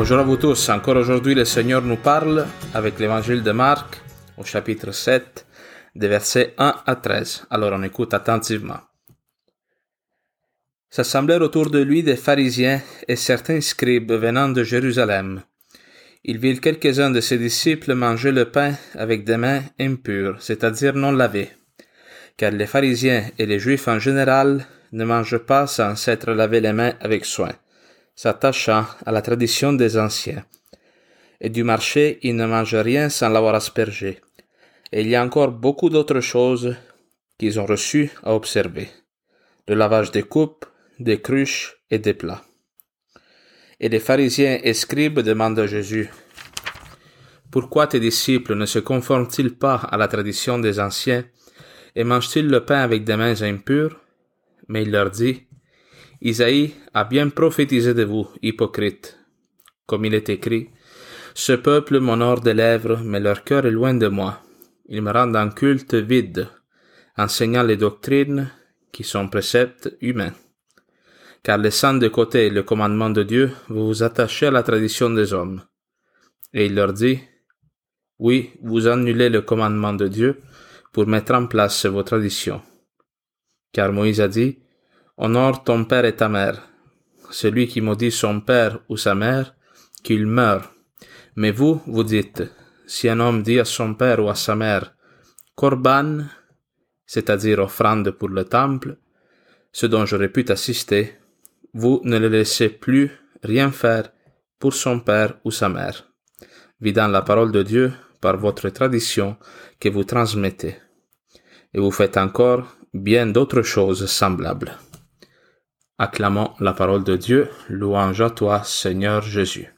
Bonjour à vous tous. Encore aujourd'hui, le Seigneur nous parle avec l'évangile de Marc au chapitre 7, des versets 1 à 13. Alors on écoute attentivement. S'assemblèrent autour de lui des pharisiens et certains scribes venant de Jérusalem. Ils virent quelques-uns de ses disciples manger le pain avec des mains impures, c'est-à-dire non lavées. Car les pharisiens et les juifs en général ne mangent pas sans s'être lavé les mains avec soin, s'attachant à la tradition des anciens. Et du marché, ils ne mangent rien sans l'avoir aspergé. Et il y a encore beaucoup d'autres choses qu'ils ont reçues à observer. Le lavage des coupes, des cruches et des plats. Et les pharisiens et scribes demandent à Jésus: Pourquoi tes disciples ne se conforment-ils pas à la tradition des anciens et mangent-ils le pain avec des mains impures? Mais il leur dit: Isaïe a bien prophétisé de vous, hypocrites. Comme il est écrit: Ce peuple m'honore des lèvres, mais leur cœur est loin de moi. Ils me rendent un culte vide, enseignant les doctrines qui sont préceptes humains. Car laissant de côté le commandement de Dieu, vous vous attachez à la tradition des hommes. Et il leur dit: Oui, vous annulez le commandement de Dieu pour mettre en place vos traditions. Car Moïse a dit: Honore ton père et ta mère. Celui qui maudit son père ou sa mère, qu'il meure. Mais vous, vous dites: Si un homme dit à son père ou à sa mère, Korban, c'est-à-dire offrande pour le temple, ce dont j'aurais pu t'assister, vous ne le laissez plus rien faire pour son père ou sa mère, vidant la parole de Dieu par votre tradition que vous transmettez. Et vous faites encore bien d'autres choses semblables. Acclamons la parole de Dieu, louange à toi, Seigneur Jésus.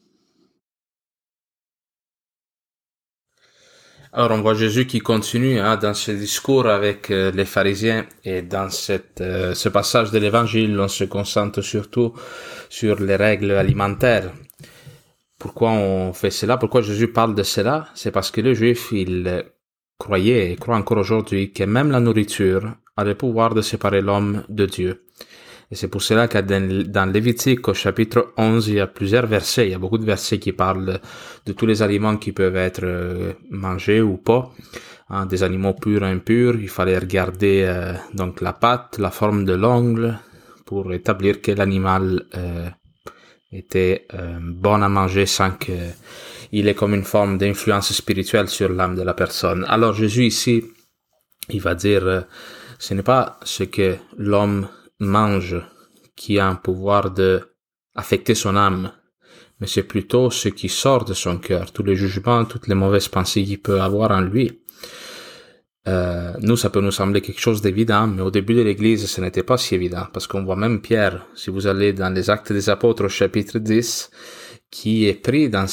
Alors on voit Jésus qui continue dans ce discours avec les pharisiens, et dans ce passage de l'évangile, on se concentre surtout sur les règles alimentaires. Pourquoi on fait cela? Pourquoi Jésus parle de cela? C'est parce que les Juifs, ils croyaient et croient encore aujourd'hui que même la nourriture a le pouvoir de séparer l'homme de Dieu. Et c'est pour cela que dans Lévitique, au chapitre 11, il y a plusieurs versets. Il y a beaucoup de versets qui parlent de tous les aliments qui peuvent être mangés ou pas. Des animaux purs et impurs. Il fallait regarder donc la patte, la forme de l'ongle, pour établir que l'animal était bon à manger sans qu'il ait comme une forme d'influence spirituelle sur l'âme de la personne. Alors Jésus ici, il va dire, ce n'est pas ce que l'homme mange qui a un pouvoir de affecter son âme, mais c'est plutôt ce qui sort de son cœur, tous les jugements, toutes les mauvaises pensées qu'il peut avoir en lui. Nous, ça peut nous sembler quelque chose d'évident, mais au début de l'Église, ce n'était pas si évident, parce qu'on voit même Pierre, si vous allez dans les Actes des Apôtres au chapitre 10, qui est pris dans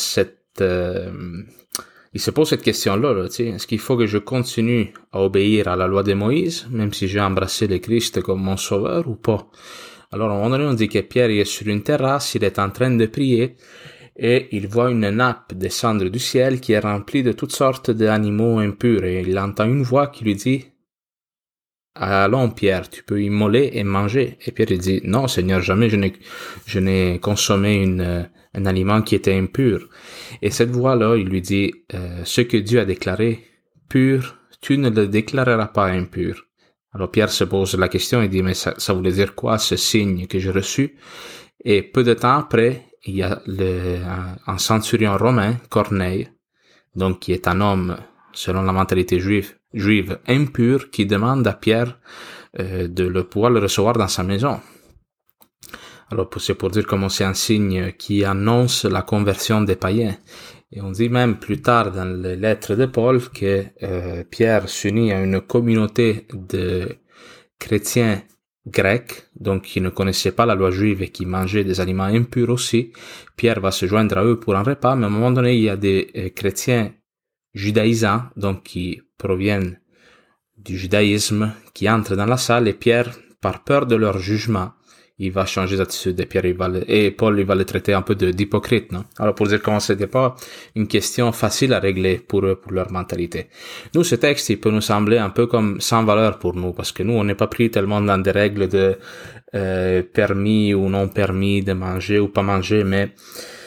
il se pose cette question-là, est-ce qu'il faut que je continue à obéir à la loi de Moïse, même si j'ai embrassé le Christ comme mon sauveur ou pas? Alors, à un moment donné, on dit que Pierre est sur une terrasse, il est en train de prier, et il voit une nappe descendre du ciel qui est remplie de toutes sortes d'animaux impurs, et il entend une voix qui lui dit: Allons, Pierre, tu peux immoler et manger. Et Pierre, il dit: Non, Seigneur, jamais je n'ai consommé un aliment qui était impur. Et cette voix-là, il lui dit, ce que Dieu a déclaré pur, tu ne le déclareras pas impur. Alors Pierre se pose la question et dit, mais ça voulait dire quoi ce signe que j'ai reçu? Et peu de temps après, il y a un centurion romain, Corneille, donc qui est un homme, selon la mentalité juive impur, qui demande à Pierre de pouvoir le recevoir dans sa maison. Alors, c'est pour dire comment c'est un signe qui annonce la conversion des païens. Et on dit même plus tard dans les lettres de Paul que Pierre s'unit à une communauté de chrétiens grecs, donc qui ne connaissaient pas la loi juive et qui mangeaient des aliments impurs aussi. Pierre va se joindre à eux pour un repas, mais à un moment donné, il y a des chrétiens judaïsants, donc qui proviennent du judaïsme, qui entrent dans la salle, et Pierre, par peur de leur jugement, il va changer d'attitude, et Paul, il va le traiter un peu d'hypocrite, non? Alors, pour dire comment c'était pas une question facile à régler pour eux, pour leur mentalité. Nous, ce texte, il peut nous sembler un peu comme sans valeur pour nous, parce que nous, on n'est pas pris tellement dans des règles de permis ou non permis de manger ou pas manger, mais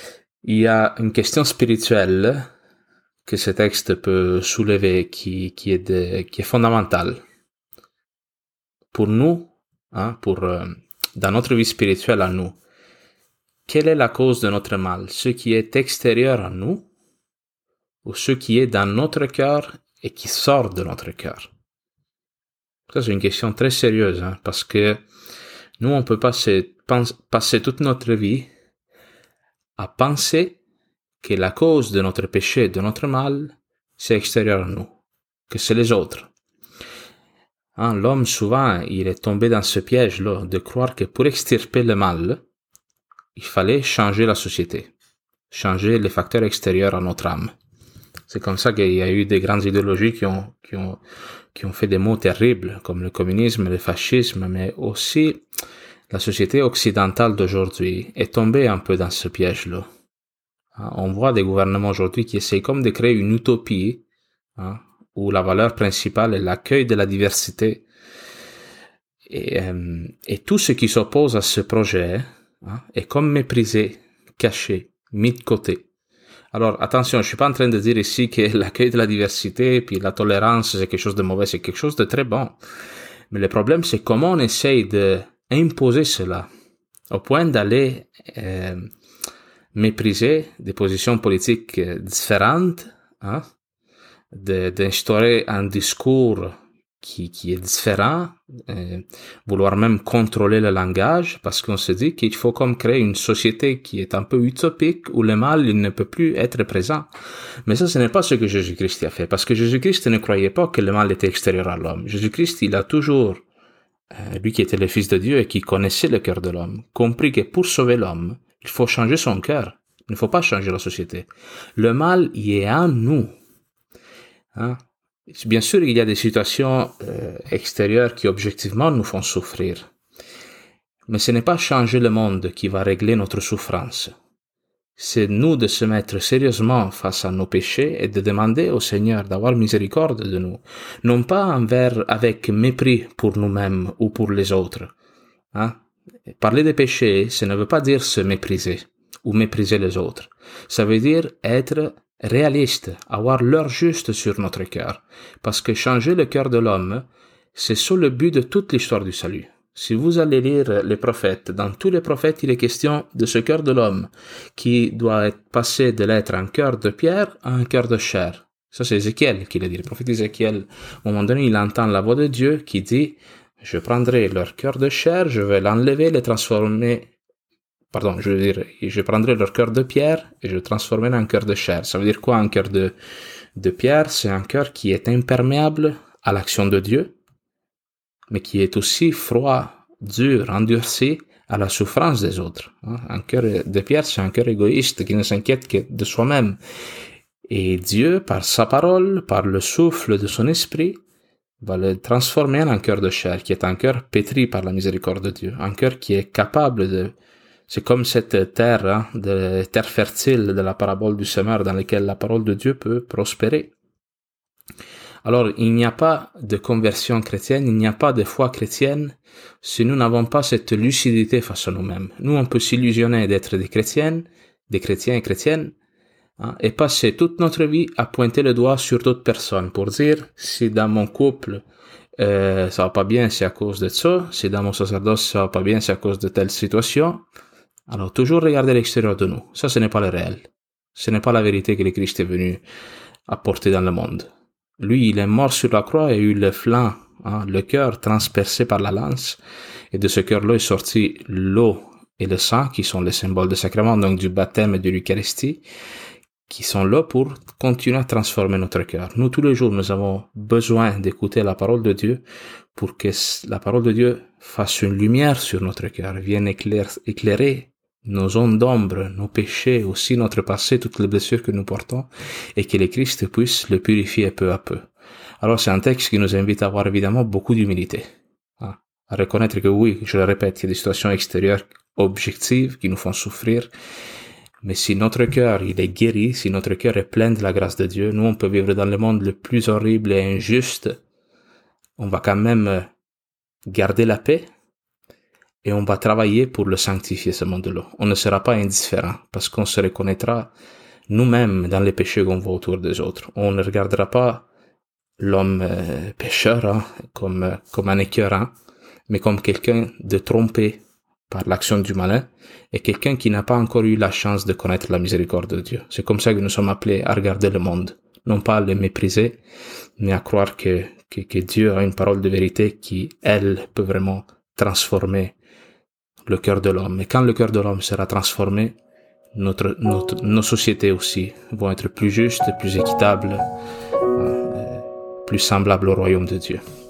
Il y a une question spirituelle que ce texte peut soulever qui est fondamentale. Pour nous, dans notre vie spirituelle à nous, quelle est la cause de notre mal? Ce qui est extérieur à nous ou ce qui est dans notre cœur et qui sort de notre cœur? Ça, c'est une question très sérieuse, parce que nous, on peut passer toute notre vie à penser que la cause de notre péché, de notre mal, c'est extérieur à nous, que c'est les autres. L'homme, souvent, il est tombé dans ce piège-là de croire que pour extirper le mal, il fallait changer la société, changer les facteurs extérieurs à notre âme. C'est comme ça qu'il y a eu des grandes idéologies qui ont fait des maux terribles, comme le communisme, le fascisme, mais aussi la société occidentale d'aujourd'hui est tombée un peu dans ce piège-là. On voit des gouvernements aujourd'hui qui essayent comme de créer une utopie, où la valeur principale est l'accueil de la diversité. Et tout ce qui s'oppose à ce projet est comme méprisé, caché, mis de côté. Alors, attention, je suis pas en train de dire ici que l'accueil de la diversité puis la tolérance, c'est quelque chose de mauvais, c'est quelque chose de très bon. Mais le problème, c'est comment on essaye d'imposer cela au point d'aller mépriser des positions politiques différentes, d'instaurer un discours qui est différent, vouloir même contrôler le langage, parce qu'on se dit qu'il faut comme créer une société qui est un peu utopique, où le mal il ne peut plus être présent. Mais ça, ce n'est pas ce que Jésus-Christ a fait, parce que Jésus-Christ ne croyait pas que le mal était extérieur à l'homme. Jésus-Christ, il a toujours, lui qui était le Fils de Dieu et qui connaissait le cœur de l'homme, compris que pour sauver l'homme, il faut changer son cœur. Il ne faut pas changer la société. Le mal, il est en nous. Bien sûr, il y a des situations extérieures qui objectivement nous font souffrir. Mais ce n'est pas changer le monde qui va régler notre souffrance. C'est nous de se mettre sérieusement face à nos péchés et de demander au Seigneur d'avoir miséricorde de nous. Non pas avec mépris pour nous-mêmes ou pour les autres. Parler des péchés, ça ne veut pas dire se mépriser ou mépriser les autres. Ça veut dire être réaliste, avoir l'heure juste sur notre cœur. Parce que changer le cœur de l'homme, c'est ça le but de toute l'histoire du salut. Si vous allez lire les prophètes, dans tous les prophètes, il est question de ce cœur de l'homme qui doit être passé de l'être un cœur de pierre à un cœur de chair. Ça, c'est Ézéchiel qui le dit. Le prophète Ézéchiel, à un moment donné, il entend la voix de Dieu qui dit « Je prendrai leur cœur de chair, je vais l'enlever, je prendrai leur cœur de pierre et je le transformerai en cœur de chair. » Ça veut dire quoi, un cœur de pierre? C'est un cœur qui est imperméable à l'action de Dieu, mais qui est aussi froid, dur, endurci à la souffrance des autres. Un cœur de pierre, c'est un cœur égoïste qui ne s'inquiète que de soi-même. Et Dieu, par sa parole, par le souffle de son esprit, va le transformer en un cœur de chair, qui est un cœur pétri par la miséricorde de Dieu. Un cœur qui est capable de... C'est comme cette terre, de terre fertile de la parabole du semeur dans laquelle la parole de Dieu peut prospérer. Alors, il n'y a pas de conversion chrétienne, il n'y a pas de foi chrétienne si nous n'avons pas cette lucidité face à nous-mêmes. Nous, on peut s'illusionner d'être des chrétiens et chrétiennes, et passer toute notre vie à pointer le doigt sur d'autres personnes pour dire si dans mon couple ça va pas bien, c'est à cause de ça, si dans mon sacerdoce ça va pas bien, c'est à cause de telle situation. Alors, toujours regarder l'extérieur de nous. Ça, ce n'est pas le réel. Ce n'est pas la vérité que le Christ est venu apporter dans le monde. Lui, il est mort sur la croix et a eu le flanc, le cœur transpercé par la lance. Et de ce cœur-là est sorti l'eau et le sang, qui sont les symboles des sacrements, donc du baptême et de l'Eucharistie, qui sont là pour continuer à transformer notre cœur. Nous, tous les jours, nous avons besoin d'écouter la parole de Dieu pour que la parole de Dieu fasse une lumière sur notre cœur, vienne éclairer nos zones d'ombre, nos péchés, aussi notre passé, toutes les blessures que nous portons, et que le Christ puisse le purifier peu à peu. Alors c'est un texte qui nous invite à avoir évidemment beaucoup d'humilité, à reconnaître que oui, je le répète, il y a des situations extérieures objectives qui nous font souffrir, mais si notre cœur il est guéri, si notre cœur est plein de la grâce de Dieu, nous on peut vivre dans le monde le plus horrible et injuste, on va quand même garder la paix et on va travailler pour le sanctifier, ce monde-là. On ne sera pas indifférent parce qu'on se reconnaîtra nous-mêmes dans les péchés qu'on voit autour des autres. On ne regardera pas l'homme pécheur comme un écœurant, mais comme quelqu'un de trompé par l'action du malin et quelqu'un qui n'a pas encore eu la chance de connaître la miséricorde de Dieu. C'est comme ça que nous sommes appelés à regarder le monde, non pas à le mépriser, mais à croire que Dieu a une parole de vérité qui, elle, peut vraiment transformer le cœur de l'homme. Et quand le cœur de l'homme sera transformé, nos sociétés aussi vont être plus justes, plus équitables, plus semblables au royaume de Dieu.